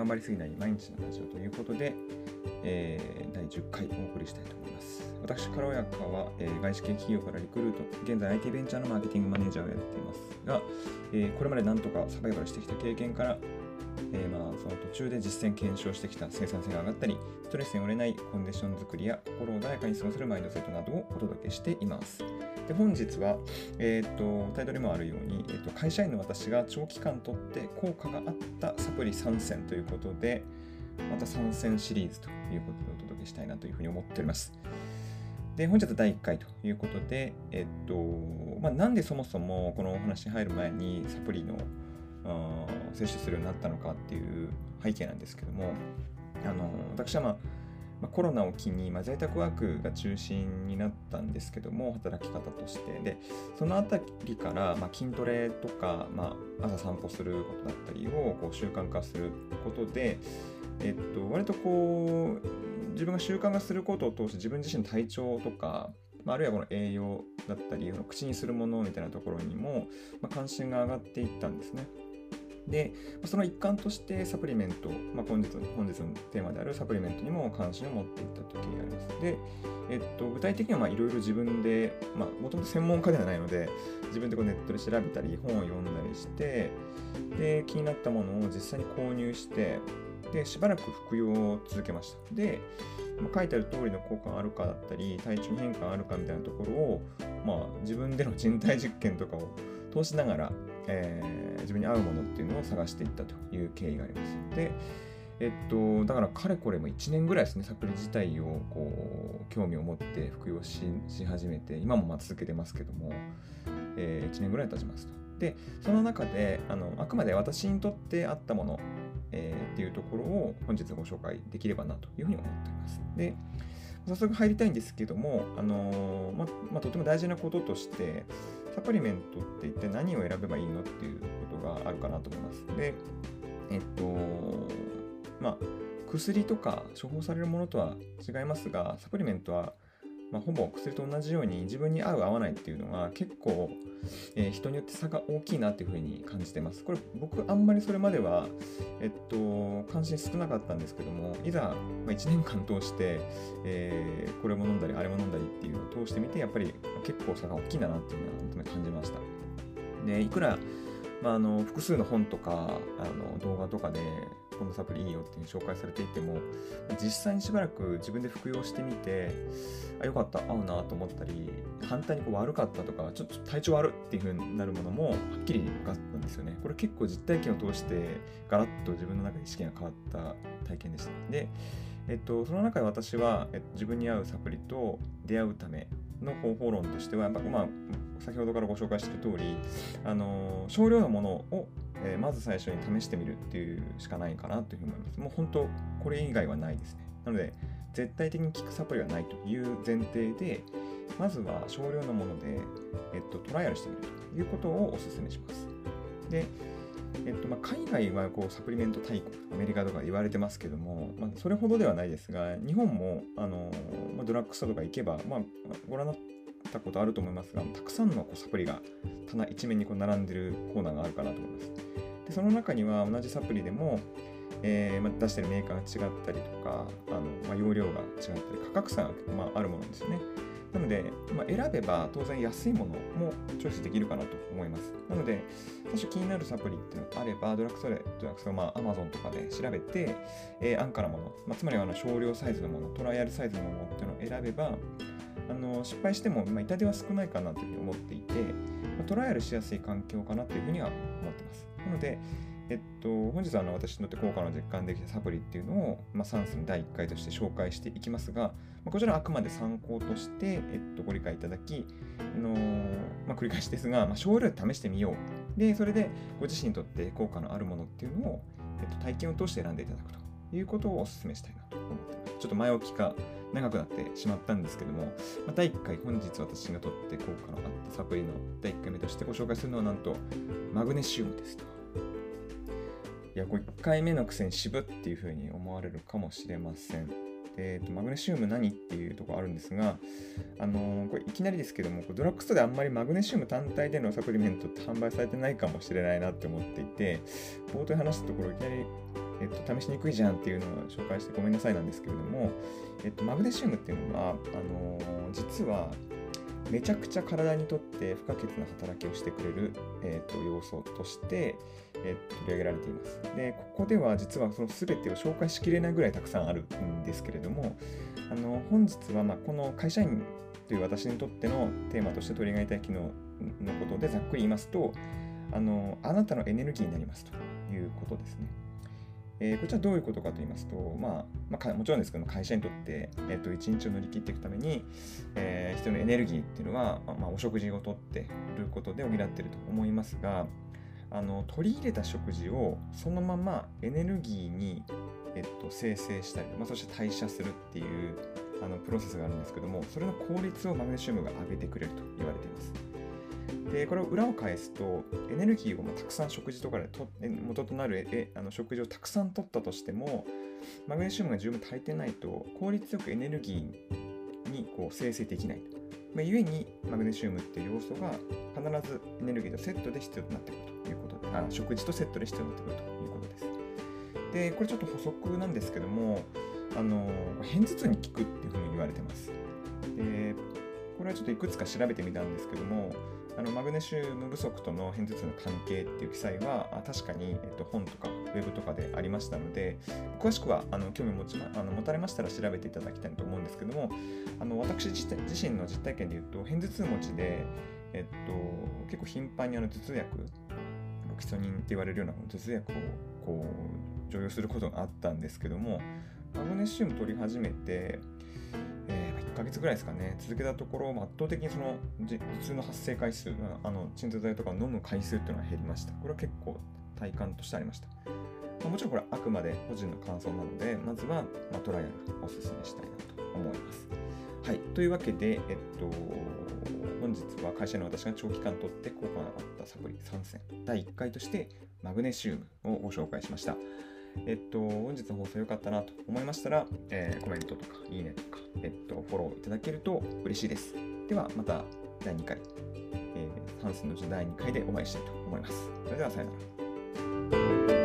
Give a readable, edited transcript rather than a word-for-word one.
頑張りすぎない毎日のラジオということで、第10回お送りしたいと思います。私、軽やかは、外資系企業からリクルート、現在 IT ベンチャーのマーケティングマネージャーをやっていますが、これまでなんとかサバイバルしてきた経験から、その途中で実践検証してきた生産性が上がったり、ストレスに折れないコンディション作りや心穏やかに過ごせるマインドセットなどをお届けしています。で本日は、タイトルにもあるように、会社員の私が長期間とって効果があったサプリ参戦ということで、また参戦シリーズということでお届けしたいなというふうに思っております。で本日は第1回ということで、なんでそもそもこのお話に入る前にサプリの摂取するようになったのかっていう背景なんですけども、私はコロナを機に在宅ワークが中心になったんですけども、働き方としてでそのあたりから、筋トレとか、朝散歩することだったりをこう習慣化することで、割とこう自分が習慣化することを通して自分自身の体調とか、あるいはこの栄養だったり口にするものみたいなところにも、関心が上がっていったんですね。でその一環としてサプリメント、本日のテーマであるサプリメントにも関心を持っていった時があります。で、具体的にはいろいろ自分で、もともと専門家ではないので、自分でこうネットで調べたり、本を読んだりして、で、気になったものを実際に購入して、で、しばらく服用を続けました。で、書いてある通りの効果があるかだったり、体調に変化があるかみたいなところを、自分での人体実験とかを通しながら、自分に合うものっていうのを探していったという経緯があります。で、だからかれこれも1年ぐらいですね、サプリ自体をこう興味を持って服用し始めて、今も続けてますけども、1年ぐらい経ちますと。で、その中であくまで私にとって合ったもの、っていうところを本日ご紹介できればなというふうに思っています。で、早速入りたいんですけども、とても大事なこととして、サプリメントって一体何を選べばいいのっていうことがあるかなと思います。で、薬とか処方されるものとは違いますが、サプリメントは、ほぼ薬と同じように自分に合う合わないっていうのが結構、人によって差が大きいなっていうふうに感じてます。これ僕あんまりそれまでは、関心少なかったんですけども、いざ、1年間通して、これも飲んだりあれも飲んだりっていうのを通してみて、やっぱり結構差が大きいんだなっていうのは本当に感じました。で、いくら複数の本とか動画とかでこのサプリいいよっていう紹介されていても、実際にしばらく自分で服用してみて、良かった、合うなと思ったり、反対にこう悪かったとか、ちょっと体調悪っていう風になるものもはっきり分かったんですよね。これ結構実体験を通してガラッと自分の中で意識が変わった体験でした。で、その中で私は、自分に合うサプリと出会うための方法論としては、やっぱ先ほどからご紹介している通り、少量のものを、まず最初に試してみるっていうしかないかなというふうに思います。もう本当、これ以外はないですね。なので、絶対的に効くサプリはないという前提で、まずは少量のもので、トライアルしてみるということをお勧めします。で、海外はこうサプリメント大国、アメリカとか言われてますけども、それほどではないですが、日本もドラッグストアとか行けば、ご覧になったことあると思いますが、たくさんのこうサプリが棚一面にこう並んでるコーナーがあるかなと思います。でその中には同じサプリでも、出してるメーカーが違ったりとか、容量が違ったり、価格差が、あるものですよね。なので、選べば当然安いものもチョイスできるかなと思います。なので、最初気になるサプリっていうのがあれば、ドラッグストア、Amazon とかで調べて、安価なもの、つまりは少量サイズのもの、トライアルサイズのものっていうのを選べば、失敗しても痛手は少ないかなというふうに思っていて、トライアルしやすい環境かなというふうには思ってます。なので、本日は私にとって効果の実感できたサプリっていうのを、3寸第1回として紹介していきますが、こちらはあくまで参考として、ご理解いただき、繰り返しですが、少量で試してみよう。で、それでご自身にとって効果のあるものっていうのを、体験を通して選んでいただくということをお勧めしたいなと思っています。ちょっと前置きが長くなってしまったんですけども、第1回、本日私がとって効果のあったサプリの第1回目としてご紹介するのはなんと、マグネシウムですと。いや、これ1回目のくせに渋っていう風に思われるかもしれません。 マグネシウム何っていうところあるんですが、これいきなりですけども、ドラッグストアであんまりマグネシウム単体でのサプリメントって販売されてないかもしれないなって思っていて、冒頭で話したところいきなり、試しにくいじゃんっていうのを紹介してごめんなさいなんですけれども、マグネシウムっていうのは、実はめちゃくちゃ体にとって不可欠な働きをしてくれる、要素として、取り上げられています。で、ここでは実はその全てを紹介しきれないぐらいたくさんあるんですけれども、本日はこの会社員という私にとってのテーマとして取り上げたい機能のことでざっくり言いますと、あなたのエネルギーになりますということですね。こちらどういうことかと言いますと、もちろんですけど会社にとって、一日を乗り切っていくために、必要なエネルギーっていうのは、お食事をとっていることで補っていると思いますが、取り入れた食事をそのままエネルギーに、生成したり、そして代謝するっていうプロセスがあるんですけども、それの効率をマグネシウムが上げてくれると言われています。でこれを裏を返すと、エネルギーをたくさん食事とかで元となる食事をたくさん取ったとしても、マグネシウムが十分足りてないと効率よくエネルギーに生成できない。ゆえにマグネシウムっていう要素が必ずエネルギーとセットで必要となってくるということで、食事とセットで必要になってくるということです。でこれちょっと補足なんですけども、片頭痛に効くっていうふうに言われてます。でこれはちょっといくつか調べてみたんですけども、マグネシウム不足との片頭痛の関係っていう記載は確かに、本とかウェブとかでありましたので、詳しくは興味を持たれましたら調べていただきたいと思うんですけども、私自身の実体験でいうと、片頭痛持ちで、結構頻繁に頭痛薬、ロキソニンって言われるような頭痛薬を常用することがあったんですけども、マグネシウム取り始めて1ヶ月ぐらいですかね、続けたところ、圧倒的にその頭痛の発生回数、鎮痛剤とかを飲む回数っていうのは減りました。これは結構体感としてありました。もちろんこれはあくまで個人の感想なので、まずはトライアルおすすめしたいなと思います。はい、というわけで、本日は会社の私が長期間とって効果があったサプリ3選、第1回としてマグネシウムをご紹介しました。本日の放送良かったなと思いましたら、コメントとかいいねとか、フォローいただけると嬉しいです。ではまた第2回、ハンスの第2回でお会いしたいと思います。それではさよなら。